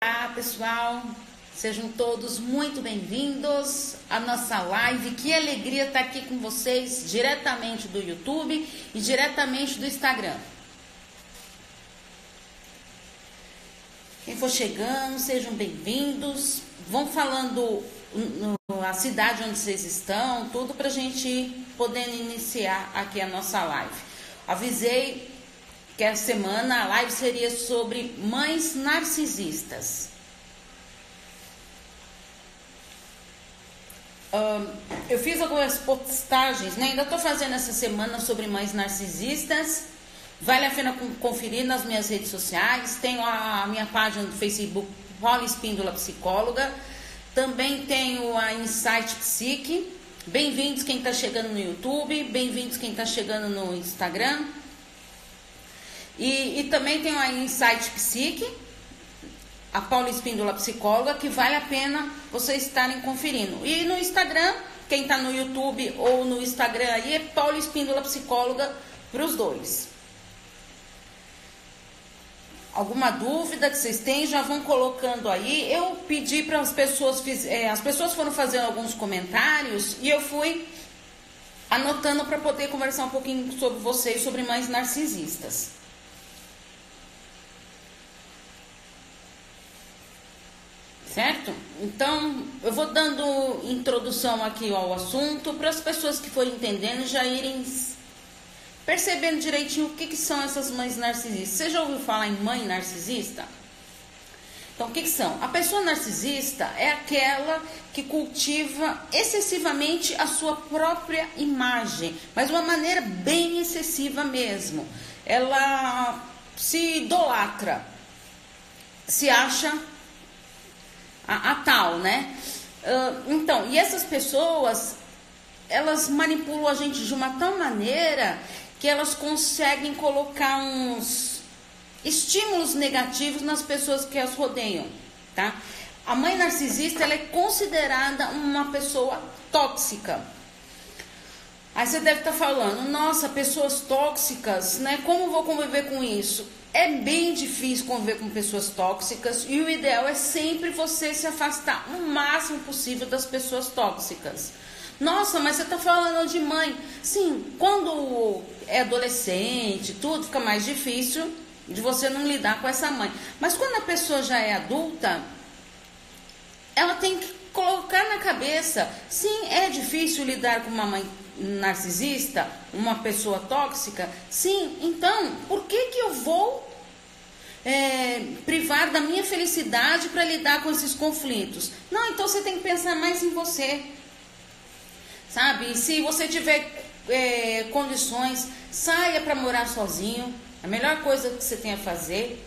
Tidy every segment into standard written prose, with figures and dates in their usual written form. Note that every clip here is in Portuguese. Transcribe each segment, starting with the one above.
Olá, pessoal, sejam todos muito bem-vindos à nossa live. Que alegria estar aqui com vocês, diretamente do YouTube e diretamente do Instagram. Quem for chegando, sejam bem-vindos. Vão falando a cidade onde vocês estão, tudo para a gente poder iniciar aqui a nossa live. Avisei que essa semana a live seria sobre mães narcisistas. Eu fiz algumas postagens, né? Ainda estou fazendo essa semana sobre mães narcisistas. Vale a pena conferir nas minhas redes sociais. Tenho a minha página do Facebook, Paula Espíndola Psicóloga. Também tenho a Insight Psique. Bem-vindos quem está chegando no YouTube. Bem-vindos quem está chegando no Instagram. E também tenho a Insight Psique, a Paula Espíndola Psicóloga, que vale a pena vocês estarem conferindo. E no Instagram, quem está no YouTube ou no Instagram aí, é Paula Espíndola Psicóloga para os dois. Alguma dúvida que vocês têm, já vão colocando aí. Eu pedi para as pessoas, as pessoas foram fazendo alguns comentários e eu fui anotando para poder conversar um pouquinho sobre vocês, sobre mães narcisistas. Certo? Então, eu vou dando introdução aqui ao assunto para as pessoas que forem entendendo já irem percebendo direitinho o que são essas mães narcisistas. Você já ouviu falar em mãe narcisista? Então, o que são? A pessoa narcisista é aquela que cultiva excessivamente a sua própria imagem, mas de uma maneira bem excessiva mesmo. Ela se idolatra, se acha a tal, né? Então, e essas pessoas, elas manipulam a gente de uma tal maneira que elas conseguem colocar uns estímulos negativos nas pessoas que as rodeiam, tá? A mãe narcisista, ela é considerada uma pessoa tóxica. Aí você deve estar falando, nossa, pessoas tóxicas, né? Como vou conviver com isso? É bem difícil conviver com pessoas tóxicas e o ideal é sempre você se afastar o máximo possível das pessoas tóxicas. Nossa, mas você está falando de mãe. Sim, quando é adolescente, tudo fica mais difícil de você não lidar com essa mãe. Mas quando a pessoa já é adulta, ela tem que colocar na cabeça, sim, é difícil lidar com uma mãe narcisista, uma pessoa tóxica, sim, então, por que eu vou privar da minha felicidade para lidar com esses conflitos? Não, então você tem que pensar mais em você, sabe? Se você tiver condições, saia para morar sozinho, a melhor coisa que você tem a fazer.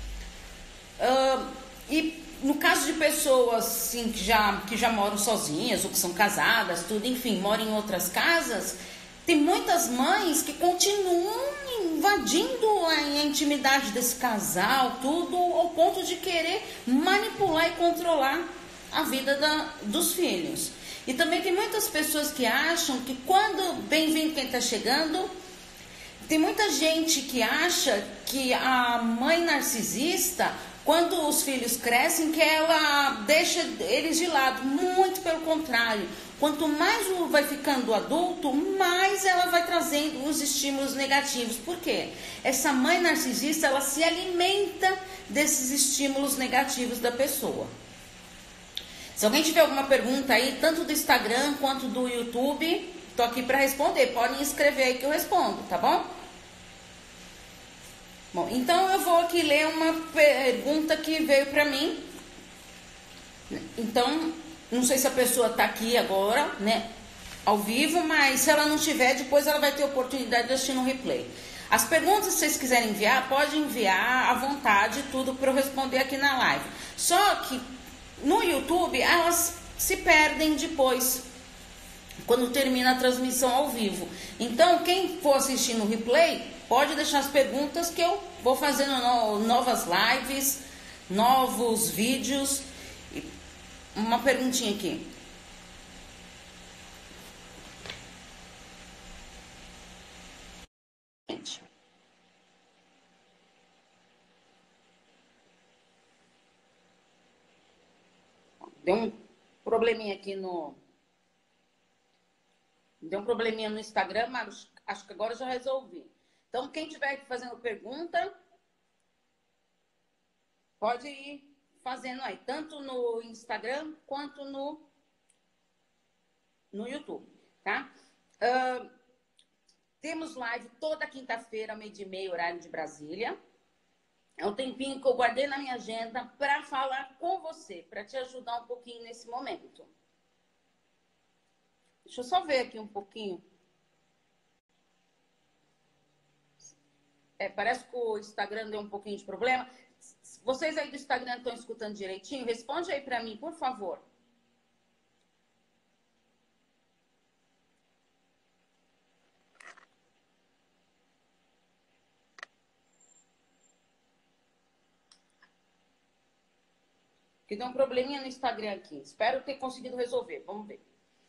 E no caso de pessoas assim, que já moram sozinhas ou que são casadas, tudo, enfim, moram em outras casas, tem muitas mães que continuam invadindo a intimidade desse casal, tudo, ao ponto de querer manipular e controlar a vida dos filhos. E também tem muitas pessoas que acham que quando, bem-vindo quem está chegando, tem muita gente que acha que a mãe narcisista, quando os filhos crescem, que ela deixa eles de lado. Muito pelo contrário. Quanto mais vai ficando adulto, mais ela vai trazendo os estímulos negativos. Por quê? Essa mãe narcisista, ela se alimenta desses estímulos negativos da pessoa. Se alguém tiver alguma pergunta aí, tanto do Instagram quanto do YouTube, estou aqui para responder. Podem escrever aí que eu respondo, tá bom? Bom, então eu vou aqui ler uma pergunta que veio para mim. Então, não sei se a pessoa está aqui agora, né, ao vivo, mas se ela não tiver, depois ela vai ter oportunidade de assistir no replay. As perguntas, se vocês quiserem enviar, pode enviar à vontade, tudo para eu responder aqui na live. Só que no YouTube, elas se perdem depois, quando termina a transmissão ao vivo. Então, quem for assistir no replay, pode deixar as perguntas que eu vou fazendo novas lives, novos vídeos. Uma perguntinha aqui. Deu um probleminha aqui no... Deu um probleminha no Instagram, mas acho que agora eu já resolvi. Então, quem estiver fazendo pergunta, pode ir fazendo aí, tanto no Instagram quanto no YouTube, tá? Temos live toda quinta-feira, 12h30, horário de Brasília. É um tempinho que eu guardei na minha agenda para falar com você, para te ajudar um pouquinho nesse momento. Deixa eu só ver aqui um pouquinho. Parece que o Instagram deu um pouquinho de problema. Vocês aí do Instagram estão escutando direitinho? Responde aí para mim, por favor. Que deu um probleminha no Instagram aqui. Espero ter conseguido resolver. Vamos ver.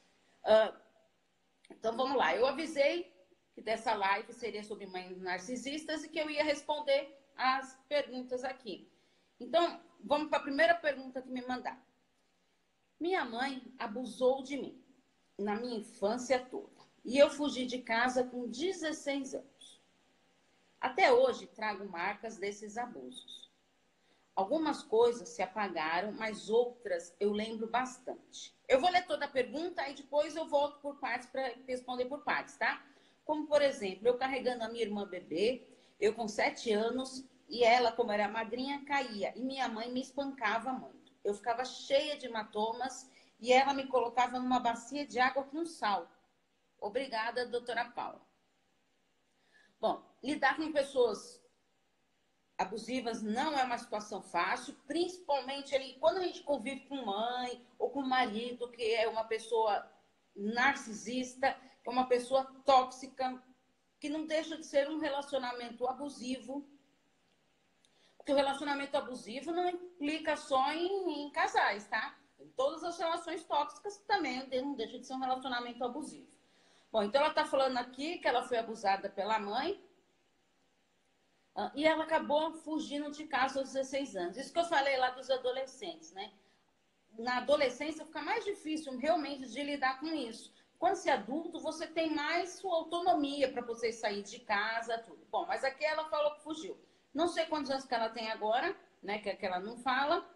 Então, vamos lá. Eu avisei que dessa live seria sobre mães narcisistas e que eu ia responder as perguntas aqui. Então, vamos para a primeira pergunta que me mandaram. Minha mãe abusou de mim na minha infância toda. E eu fugi de casa com 16 anos. Até hoje trago marcas desses abusos. Algumas coisas se apagaram, mas outras eu lembro bastante. Eu vou ler toda a pergunta e depois eu volto por partes para responder por partes, tá? Como, por exemplo, eu carregando a minha irmã bebê, eu com 7 anos, e ela, como era magrinha, caía. E minha mãe me espancava muito. Eu ficava cheia de hematomas e ela me colocava numa bacia de água com sal. Obrigada, doutora Paula. Bom, lidar com pessoas abusivas não é uma situação fácil, principalmente ali, quando a gente convive com mãe ou com marido, que é uma pessoa narcisista, que é uma pessoa tóxica, que não deixa de ser um relacionamento abusivo. Porque o relacionamento abusivo não implica só em casais, tá? Em todas as relações tóxicas também não deixa de ser um relacionamento abusivo. Bom, então ela está falando aqui que ela foi abusada pela mãe, e ela acabou fugindo de casa aos 16 anos. Isso que eu falei lá dos adolescentes, né? Na adolescência fica mais difícil realmente de lidar com isso. Quando você é adulto, você tem mais sua autonomia para você sair de casa, tudo. Bom, mas aqui ela falou que fugiu. Não sei quantos anos que ela tem agora, né? Que ela não fala.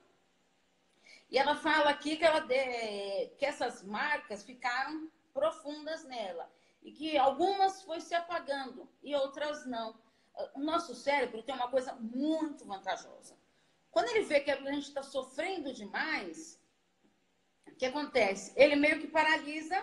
E ela fala aqui que essas marcas ficaram profundas nela. E que algumas foi se apagando e outras não. O nosso cérebro tem uma coisa muito vantajosa. Quando ele vê que a gente está sofrendo demais, o que acontece? Ele meio que paralisa,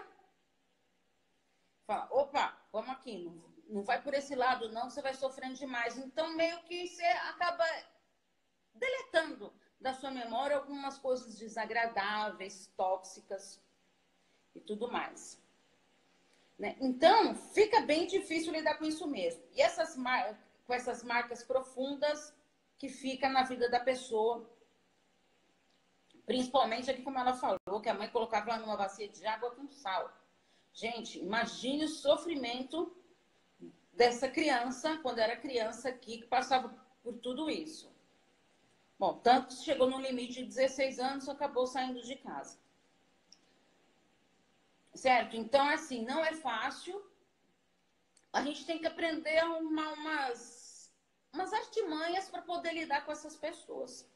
fala, opa, vamos aqui, não vai por esse lado não, você vai sofrendo demais. Então, meio que você acaba deletando da sua memória algumas coisas desagradáveis, tóxicas e tudo mais. Né? Então, fica bem difícil lidar com isso mesmo. E com essas marcas profundas que ficam na vida da pessoa. Principalmente aqui, como ela falou, que a mãe colocava ela numa bacia de água com sal. Gente, imagine o sofrimento dessa criança, quando era criança aqui, que passava por tudo isso. Bom, tanto que chegou no limite de 16 anos, acabou saindo de casa. Certo? Então, assim, não é fácil. A gente tem que aprender a arrumar umas artimanhas para poder lidar com essas pessoas.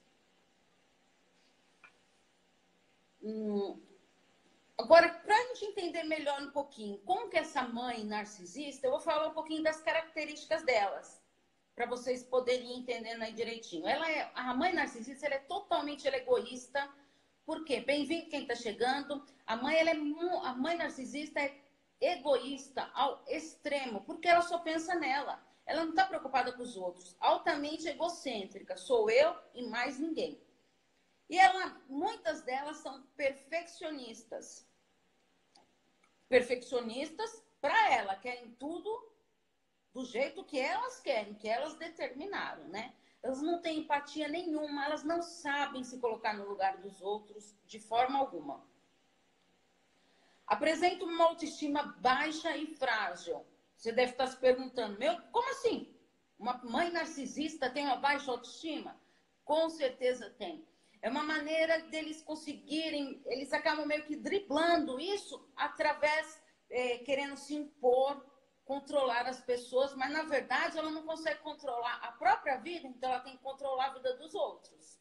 Agora, para a gente entender melhor um pouquinho como que essa mãe narcisista, eu vou falar um pouquinho das características delas, para vocês poderem entender aí direitinho. A mãe narcisista, ela é totalmente egoísta. Por quê? Bem-vindo quem está chegando. A mãe narcisista é egoísta ao extremo, porque ela só pensa nela. Ela não está preocupada com os outros. Altamente egocêntrica. Sou eu e mais ninguém. E muitas delas são perfeccionistas. Perfeccionistas para ela, querem tudo do jeito que elas querem, que elas determinaram, né? Elas não têm empatia nenhuma, elas não sabem se colocar no lugar dos outros de forma alguma. Apresentam uma autoestima baixa e frágil. Você deve estar se perguntando, como assim? Uma mãe narcisista tem uma baixa autoestima? Com certeza tem. É uma maneira deles conseguirem, eles acabam meio que driblando isso através, querendo se impor, controlar as pessoas, mas na verdade ela não consegue controlar a própria vida, então ela tem que controlar a vida dos outros.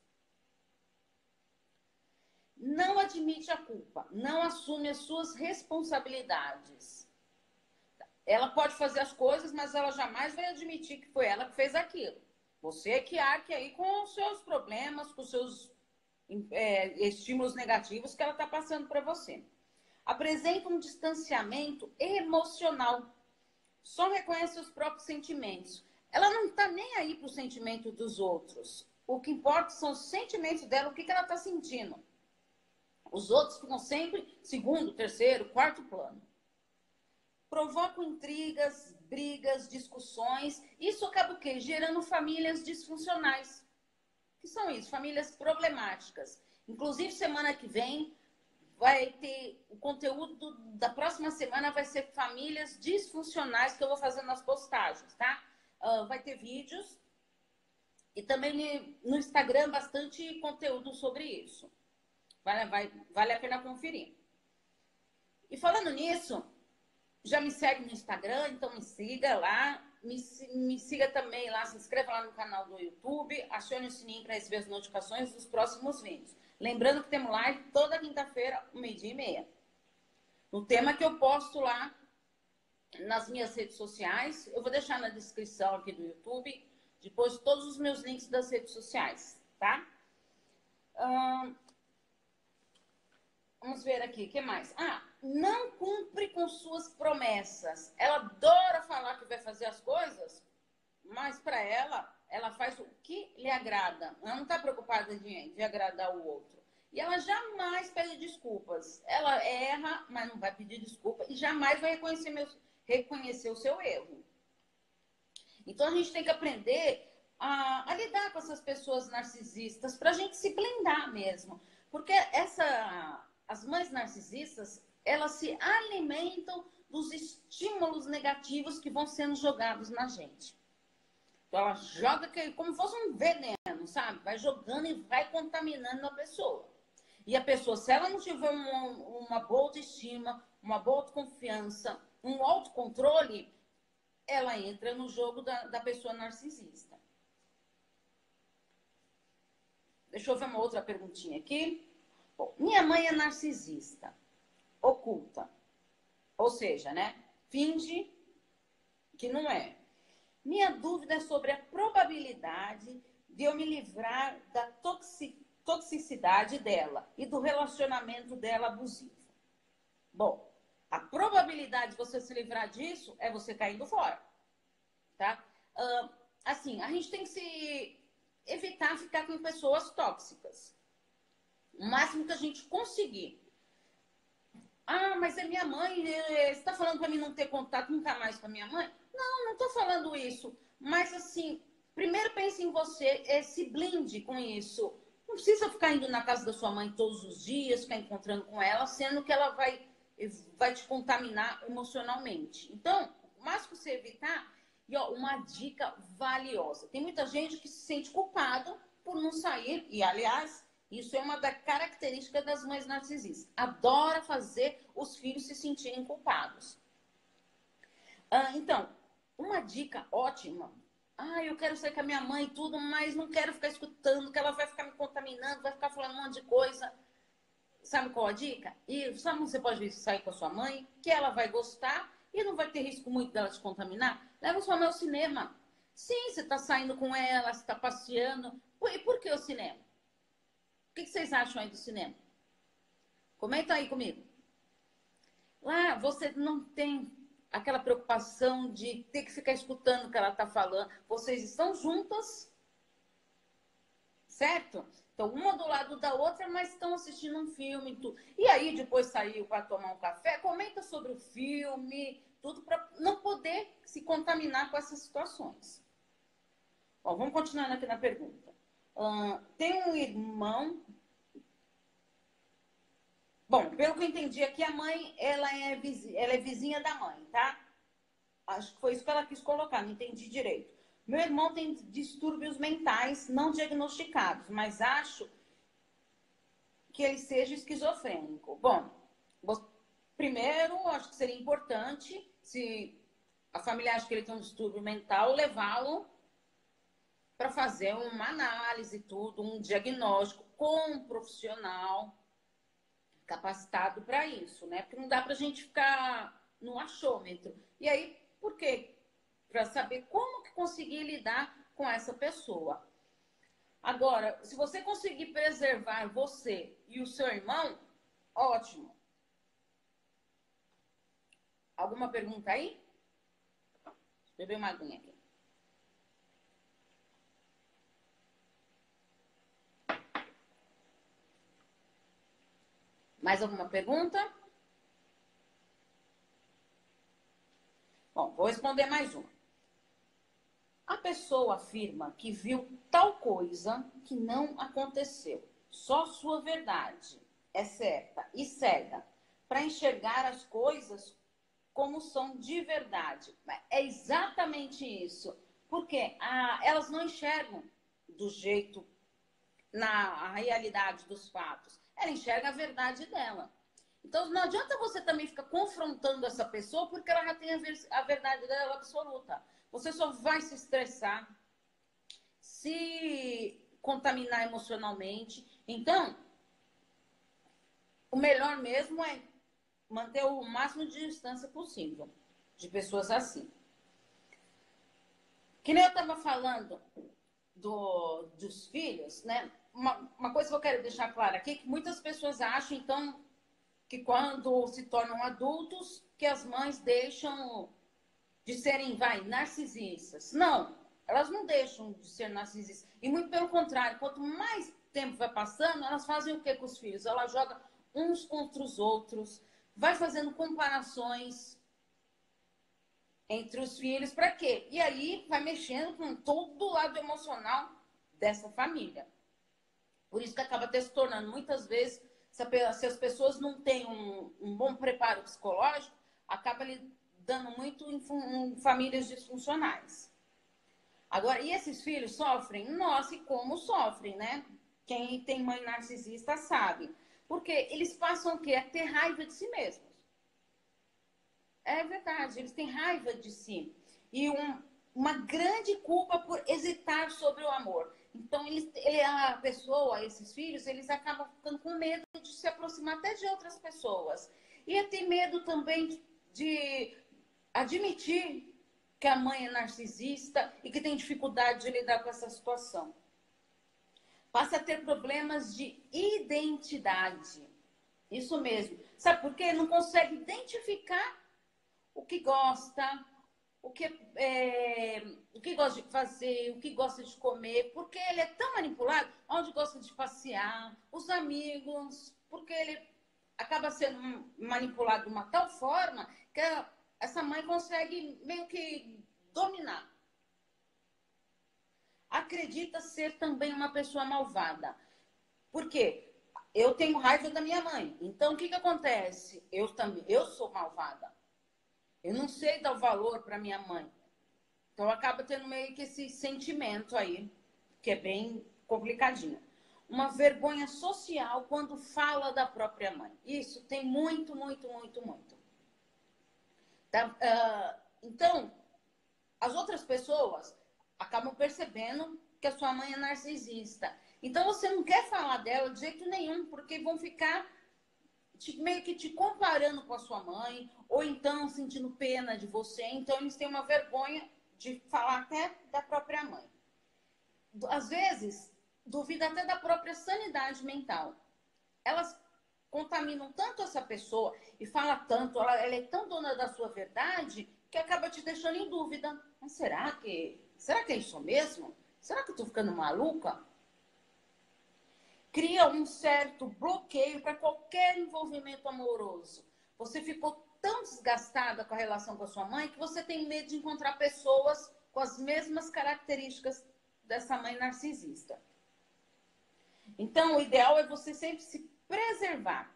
Não admite a culpa, não assume as suas responsabilidades. Ela pode fazer as coisas, mas ela jamais vai admitir que foi ela que fez aquilo. Você que arque aí com os seus problemas, com os seus estímulos negativos que ela está passando para você. Apresenta um distanciamento emocional. Só reconhece os próprios sentimentos. Ela não está nem aí para o sentimento dos outros. O que importa são os sentimentos dela, o que ela está sentindo. Os outros ficam sempre segundo, terceiro, quarto plano. Provocam intrigas, brigas, discussões. Isso acaba o quê? Gerando famílias disfuncionais. Que são isso? Famílias problemáticas. Inclusive, semana que vem, vai ter o conteúdo da próxima semana vai ser famílias disfuncionais que eu vou fazer nas postagens, tá? Vai ter vídeos e também no Instagram bastante conteúdo sobre isso. Vale a pena conferir. E falando nisso, já me segue no Instagram, então me siga lá. Me siga também lá, se inscreva lá no canal do YouTube, acione o sininho para receber as notificações dos próximos vídeos. Lembrando que temos live toda quinta-feira, 12h30. No tema que eu posto lá nas minhas redes sociais, eu vou deixar na descrição aqui do YouTube, depois todos os meus links das redes sociais, tá? Vamos ver aqui, o que mais? Não cumpre com suas promessas. Ela adora falar que vai fazer as coisas, mas para ela faz o que lhe agrada. Ela não está preocupada de agradar o outro. E ela jamais pede desculpas. Ela erra, mas não vai pedir desculpa e jamais vai reconhecer o seu erro. Então a gente tem que aprender a lidar com essas pessoas narcisistas para a gente se blindar mesmo. Porque as mães narcisistas, elas se alimentam dos estímulos negativos que vão sendo jogados na gente. Então ela joga como se fosse um veneno, sabe? Vai jogando e vai contaminando a pessoa. E a pessoa, se ela não tiver uma boa autoestima, uma boa autoconfiança, um autocontrole, ela entra no jogo da pessoa narcisista. Deixa eu ver uma outra perguntinha aqui. Bom, minha mãe é narcisista, oculta. Ou seja, né? Finge que não é. Minha dúvida é sobre a probabilidade de eu me livrar da toxicidade dela e do relacionamento dela abusivo. Bom, a probabilidade de você se livrar disso é você caindo fora, tá? Assim, a gente tem que evitar ficar com pessoas tóxicas. O máximo que a gente conseguir. Mas é minha mãe, você está falando para mim não ter contato nunca mais com a minha mãe? Não estou falando isso. Mas assim, primeiro pense em você, se blinde com isso. Não precisa ficar indo na casa da sua mãe todos os dias, ficar encontrando com ela, sendo que ela vai te contaminar emocionalmente. Então, o máximo que você evitar, e uma dica valiosa. Tem muita gente que se sente culpado por não sair, e aliás, isso é uma das características das mães narcisistas. Adora fazer os filhos se sentirem culpados. Então, uma dica ótima. Eu quero sair com a minha mãe e tudo, mas não quero ficar escutando, que ela vai ficar me contaminando, vai ficar falando um monte de coisa. Sabe qual a dica? E sabe onde você pode sair com a sua mãe, que ela vai gostar e não vai ter risco muito dela te contaminar? Leva sua mãe ao cinema. Sim, você está saindo com ela, você está passeando. E por que o cinema? O que vocês acham aí do cinema? Comenta aí comigo. Lá você não tem aquela preocupação de ter que ficar escutando o que ela está falando. Vocês estão juntas, certo? Então, uma do lado da outra, mas estão assistindo um filme. Tudo. E aí, depois saiu para tomar um café, comenta sobre o filme, tudo para não poder se contaminar com essas situações. Bom, vamos continuando aqui na pergunta. Tem um irmão... Bom, pelo que eu entendi aqui, a mãe, ela é vizinha da mãe, tá? Acho que foi isso que ela quis colocar, não entendi direito. Meu irmão tem distúrbios mentais não diagnosticados, mas acho que ele seja esquizofrênico? Bom, primeiro, acho que seria importante, se a família acha que ele tem um distúrbio mental, levá-lo para fazer uma análise, tudo, um diagnóstico com um profissional capacitado para isso, né? Porque não dá para a gente ficar no achômetro. E aí, por quê? Para saber como que conseguir lidar com essa pessoa. Agora, se você conseguir preservar você e o seu irmão, ótimo. Alguma pergunta aí? Deixa eu beber uma aguinha aqui. Mais alguma pergunta? Bom, vou responder mais uma. A pessoa afirma que viu tal coisa que não aconteceu. Só sua verdade é certa e cega para enxergar as coisas como são de verdade. É exatamente isso. Porque elas não enxergam do jeito, na realidade dos fatos. Ela enxerga a verdade dela. Então, não adianta você também ficar confrontando essa pessoa porque ela já tem a verdade dela absoluta. Você só vai se estressar, se contaminar emocionalmente. Então, o melhor mesmo é manter o máximo de distância possível de pessoas assim. Que nem eu estava falando dos filhos, né? Uma coisa que eu quero deixar clara aqui, que muitas pessoas acham, então, que quando se tornam adultos, que as mães deixam de serem, narcisistas. Não, elas não deixam de ser narcisistas. E muito pelo contrário, quanto mais tempo vai passando, elas fazem o que com os filhos? Elas jogam uns contra os outros, vai fazendo comparações entre os filhos, para quê? E aí vai mexendo com todo o lado emocional dessa família. Por isso que acaba até se tornando, muitas vezes, se as pessoas não têm um bom preparo psicológico, acaba dando muito em famílias disfuncionais. Agora, e esses filhos sofrem? Nossa, e como sofrem, né? Quem tem mãe narcisista sabe. Porque eles passam o quê? A ter raiva de si mesmos. É verdade, eles têm raiva de si. E uma grande culpa por hesitar sobre o amor. Então, a pessoa, esses filhos, eles acabam ficando com medo de se aproximar até de outras pessoas. E tem medo também de admitir que a mãe é narcisista e que tem dificuldade de lidar com essa situação. Passa a ter problemas de identidade. Isso mesmo. Sabe por quê? Não consegue identificar o que gosta, o que gosta de fazer, o que gosta de comer, porque ele é tão manipulado, onde gosta de passear, os amigos, porque ele acaba sendo manipulado de uma tal forma que essa mãe consegue meio que dominar. Acredita ser também uma pessoa malvada. Por quê? Eu tenho raiva da minha mãe. Então, o que acontece? Eu sou malvada. Eu não sei dar o valor para minha mãe. Então acaba tendo meio que esse sentimento aí, que é bem complicadinho. Uma vergonha social quando fala da própria mãe. Isso tem muito, muito, muito, muito. Tá? Então, as outras pessoas acabam percebendo que a sua mãe é narcisista. Então você não quer falar dela de jeito nenhum, porque vão ficar meio que te comparando com a sua mãe, ou então sentindo pena de você. Então eles têm uma vergonha de falar até da própria mãe. Às vezes, duvida até da própria sanidade mental. Elas contaminam tanto essa pessoa e fala tanto, ela é tão dona da sua verdade que acaba te deixando em dúvida. Mas será que é isso mesmo? Será que eu tô ficando maluca? Cria um certo bloqueio para qualquer envolvimento amoroso. Você ficou tão desgastada com a relação com a sua mãe que você tem medo de encontrar pessoas com as mesmas características dessa mãe narcisista. Então, o ideal é você sempre se preservar.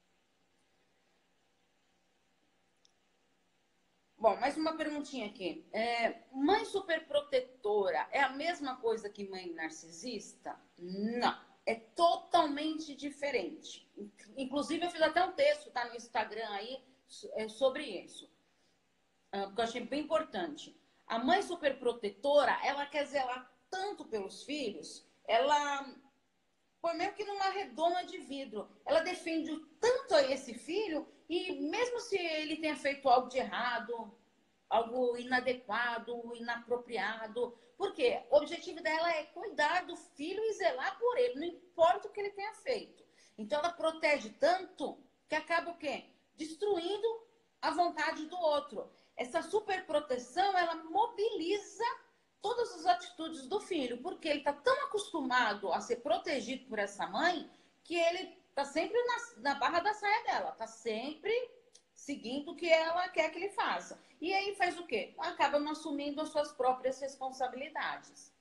Bom, mais uma perguntinha aqui. Mãe superprotetora é a mesma coisa que mãe narcisista? Não. é totalmente diferente. Inclusive, eu fiz até um texto, tá no Instagram aí, sobre isso. Porque eu achei bem importante. A mãe superprotetora, ela quer zelar tanto pelos filhos, ela põe meio que numa redoma de vidro. Ela defende tanto a esse filho, e mesmo se ele tenha feito algo de errado, algo inadequado, inapropriado, porque o objetivo dela é cuidar do filho e zelar por ele, não importa o que ele tenha feito. Então ela protege tanto que acaba o quê? Destruindo a vontade do outro. Essa superproteção, ela mobiliza todas as atitudes do filho, porque ele está tão acostumado a ser protegido por essa mãe que ele está sempre na barra da saia dela, está sempre seguindo o que ela quer que ele faça. E aí faz o quê? Acaba não assumindo as suas próprias responsabilidades.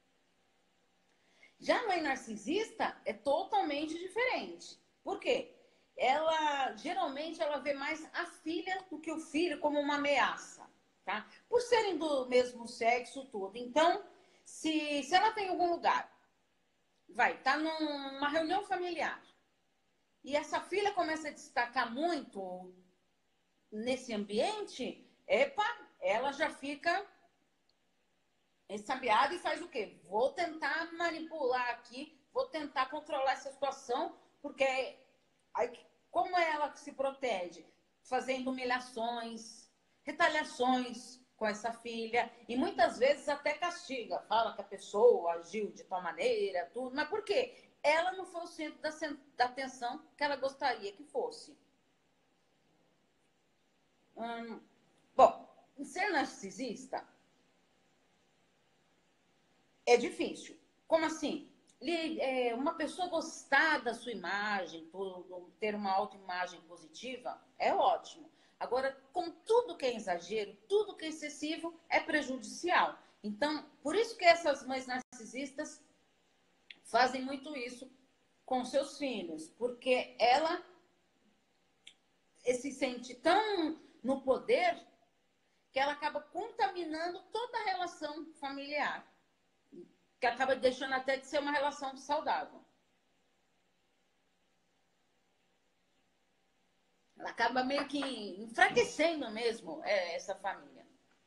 Já a mãe narcisista é totalmente diferente. Por quê? Ela geralmente ela vê mais a filha do que o filho como uma ameaça, tá? Por serem do mesmo sexo, tudo. Então, se ela tem algum lugar, tá numa reunião familiar, e essa filha começa a destacar muito nesse ambiente, ela já fica ressabiada e faz o quê? Vou tentar manipular aqui, vou tentar controlar essa situação, porque aí, como é ela que se protege? Fazendo humilhações, retaliações com essa filha, e muitas vezes até castiga, fala que a pessoa agiu de tal maneira, tudo, mas por quê? Ela não foi o centro da atenção que ela gostaria que fosse. Bom, ser narcisista é difícil. Como assim? Uma pessoa gostar da sua imagem, ter uma autoimagem positiva, é ótimo. Agora, com tudo que é exagero, tudo que é excessivo, é prejudicial. Então, por isso que essas mães narcisistas fazem muito isso com seus filhos, porque ela se sente tão no poder que ela acaba contaminando toda a relação familiar, que acaba deixando até de ser uma relação saudável. Ela acaba meio que enfraquecendo mesmo essa família.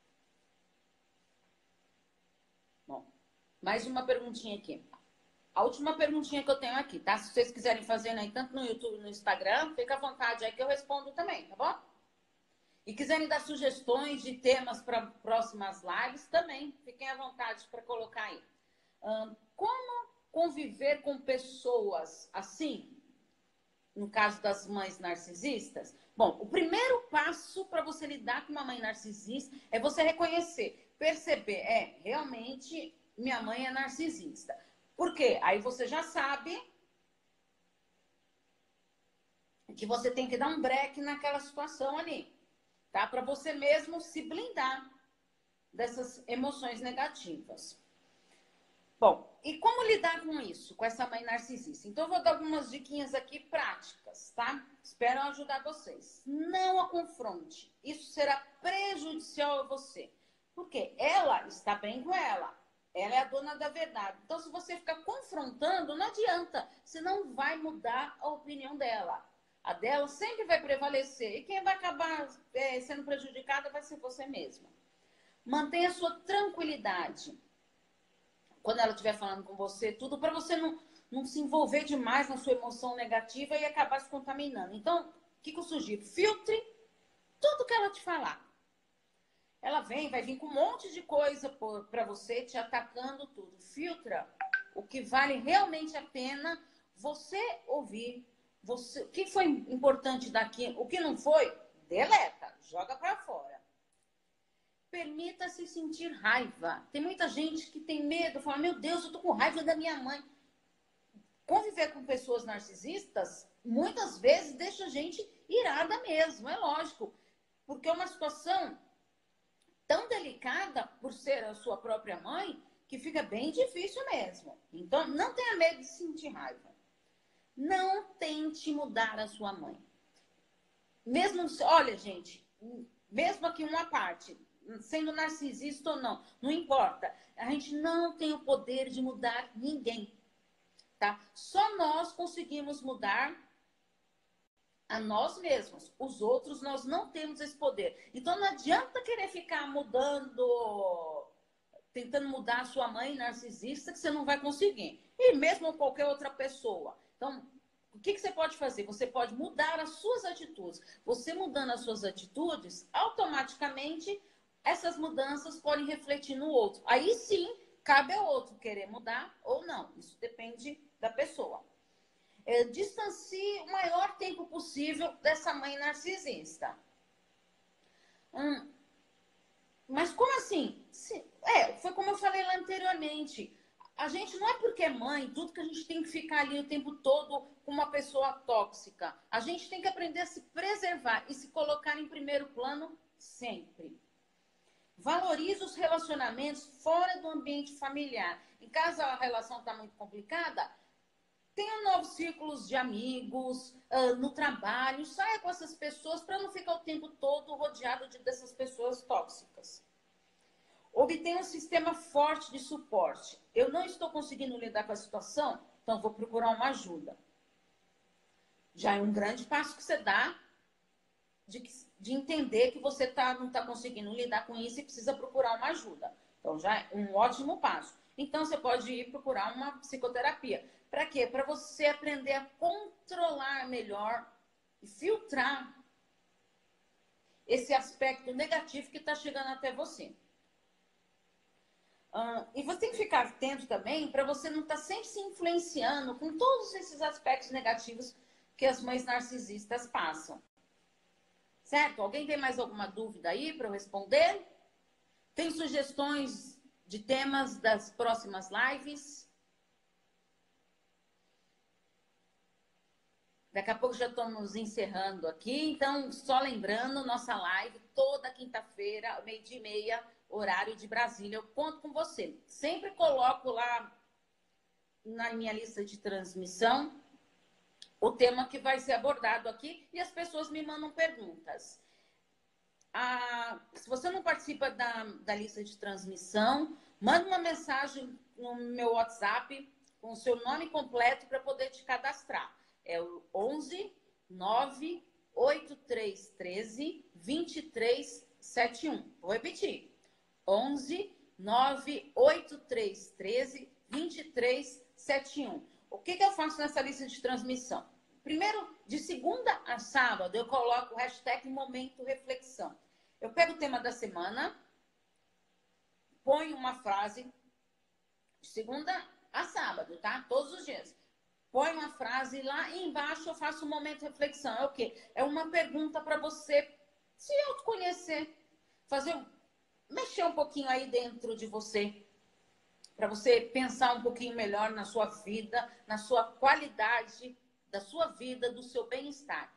Bom, mais uma perguntinha aqui. A última perguntinha que eu tenho aqui, tá? Se vocês quiserem fazer aí, tanto no YouTube, no Instagram, fica à vontade aí que eu respondo também, tá bom? E quiserem dar sugestões de temas para próximas lives, também fiquem à vontade para colocar aí. Como conviver com pessoas assim, no caso das mães narcisistas? Bom, o primeiro passo para você lidar com uma mãe narcisista é você reconhecer, perceber, realmente minha mãe é narcisista. Por quê? Aí você já sabe que você tem que dar um break naquela situação ali, tá? Para você mesmo se blindar dessas emoções negativas. Bom, e como lidar com isso, com essa mãe narcisista? Então, eu vou dar algumas diquinhas aqui práticas, tá? Espero ajudar vocês. Não a confronte. Isso será prejudicial a você. Porque ela está bem com ela. Ela é a dona da verdade. Então, se você ficar confrontando, não adianta. Você não vai mudar a opinião dela. A dela sempre vai prevalecer. E quem vai acabar sendo prejudicada vai ser você mesma. Mantenha a sua tranquilidade quando ela estiver falando com você, tudo para você não se envolver demais na sua emoção negativa e acabar se contaminando. Então, o que eu sugiro? Filtre tudo que ela te falar. Ela vai vir com um monte de coisa para você, te atacando tudo. Filtra o que vale realmente a pena você ouvir. O que foi importante daqui, o que não foi, deleta, joga para fora. Permita-se sentir raiva. Tem muita gente que tem medo, fala, meu Deus, eu tô com raiva da minha mãe. Conviver com pessoas narcisistas, muitas vezes deixa a gente irada mesmo, é lógico. Porque é uma situação tão delicada, por ser a sua própria mãe, que fica bem difícil mesmo. Então, não tenha medo de sentir raiva. Não tente mudar a sua mãe. Mesmo, olha, gente, mesmo aqui uma parte, sendo narcisista ou não, não importa. A gente não tem o poder de mudar ninguém. tá? Só nós conseguimos mudar a nós mesmos. Os outros, nós não temos esse poder. Então, não adianta querer ficar mudando, tentando mudar a sua mãe narcisista, que você não vai conseguir. E mesmo qualquer outra pessoa. Então, o que você pode fazer? Você pode mudar as suas atitudes. Você mudando as suas atitudes, automaticamente, essas mudanças podem refletir no outro. Aí sim, cabe ao outro querer mudar ou não. Isso depende da pessoa. Distancie o maior tempo possível dessa mãe narcisista. Mas como assim? Foi como eu falei lá anteriormente. A gente não é porque é mãe, tudo que a gente tem que ficar ali o tempo todo com uma pessoa tóxica. A gente tem que aprender a se preservar e se colocar em primeiro plano sempre. Valorize os relacionamentos fora do ambiente familiar. Em caso a relação está muito complicada, tenha novos círculos de amigos, no trabalho, saia com essas pessoas para não ficar o tempo todo rodeado dessas pessoas tóxicas. Obtenha um sistema forte de suporte. Eu não estou conseguindo lidar com a situação, então vou procurar uma ajuda. Já é um grande passo que você dá de entender que você não está conseguindo lidar com isso e precisa procurar uma ajuda. Então, já é um ótimo passo. Então, você pode ir procurar uma psicoterapia. Para quê? Para você aprender a controlar melhor e filtrar esse aspecto negativo que está chegando até você. E você tem que ficar atento também para você não estar sempre se influenciando com todos esses aspectos negativos que as mães narcisistas passam. Certo? Alguém tem mais alguma dúvida aí para eu responder? Tem sugestões de temas das próximas lives? Daqui a pouco já estamos encerrando aqui. Então, só lembrando, nossa live toda quinta-feira, 12h30, horário de Brasília. Eu conto com você. Sempre coloco lá na minha lista de transmissão o tema que vai ser abordado aqui e as pessoas me mandam perguntas. Se você não participa da lista de transmissão, manda uma mensagem no meu WhatsApp com o seu nome completo para poder te cadastrar. É o 11 9 8313 2371. Vou repetir. 11 9 8313 2371. O que eu faço nessa lista de transmissão? Primeiro, de segunda a sábado, eu coloco o hashtag Momento Reflexão. Eu pego o tema da semana, ponho uma frase, de segunda a sábado, tá? Todos os dias. Põe uma frase lá e embaixo eu faço um momento de reflexão. É o quê? É uma pergunta para você se autoconhecer, mexer um pouquinho aí dentro de você, para você pensar um pouquinho melhor na sua vida, na sua qualidade da sua vida, do seu bem-estar.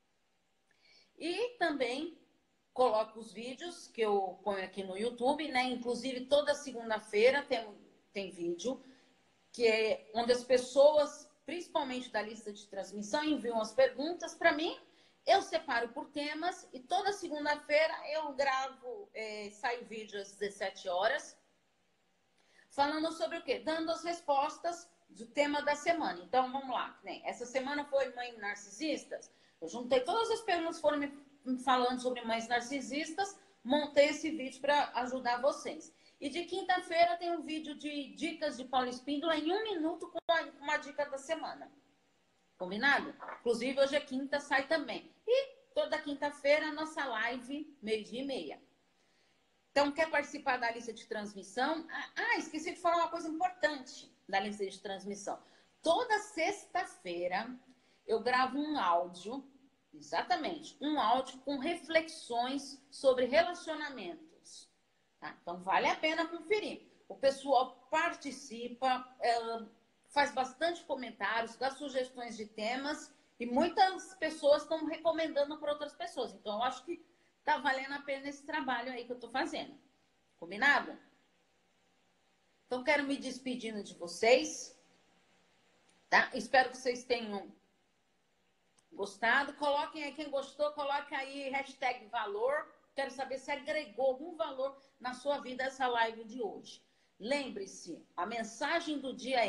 E também coloco os vídeos que eu ponho aqui no YouTube, né? Inclusive, toda segunda-feira tem vídeo, que é onde as pessoas, principalmente da lista de transmissão, enviam as perguntas para mim. Eu separo por temas e toda segunda-feira eu gravo, sai vídeo às 17 horas, falando sobre o quê? Dando as respostas do tema da semana. Então, vamos lá. Essa semana foi mães narcisistas. Eu juntei todas as perguntas que foram me falando sobre mães narcisistas, montei esse vídeo para ajudar vocês. E de quinta-feira tem um vídeo de dicas de Paulo Espíndola em 1 minuto com uma dica da semana. Combinado? Inclusive, hoje é quinta, sai também. E toda quinta-feira, a nossa live, 12h30. Então, quer participar da lista de transmissão? Esqueci de falar uma coisa importante da lista de transmissão. Toda sexta-feira eu gravo um áudio, exatamente, um áudio com reflexões sobre relacionamentos. Tá? Então, vale a pena conferir. O pessoal participa, faz bastante comentários, dá sugestões de temas e muitas pessoas estão recomendando para outras pessoas. Então, eu acho que tá valendo a pena esse trabalho aí que eu tô fazendo. Combinado? Então, quero me despedindo de vocês. Tá? Espero que vocês tenham gostado. Coloquem aí, quem gostou, coloque aí hashtag valor. Quero saber se agregou algum valor na sua vida essa live de hoje. Lembre-se, a mensagem do dia é: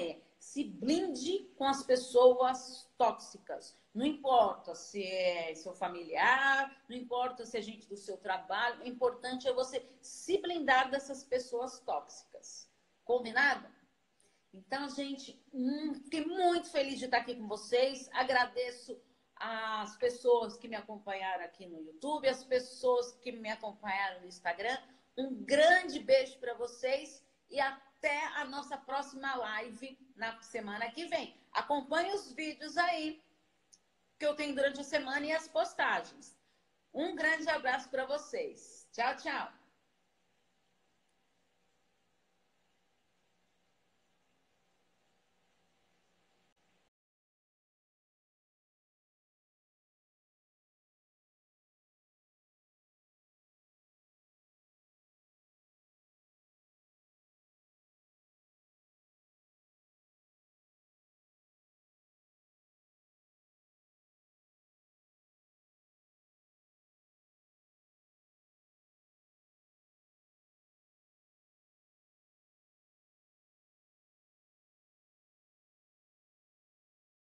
Se blinde com as pessoas tóxicas. Não importa se é seu familiar, não importa se é gente do seu trabalho, o importante é você se blindar dessas pessoas tóxicas. Combinado? Então, gente, fiquei muito feliz de estar aqui com vocês. Agradeço as pessoas que me acompanharam aqui no YouTube, as pessoas que me acompanharam no Instagram. Um grande beijo para vocês e até a nossa próxima live na semana que vem. Acompanhe os vídeos aí que eu tenho durante a semana e as postagens. Um grande abraço para vocês. Tchau, tchau.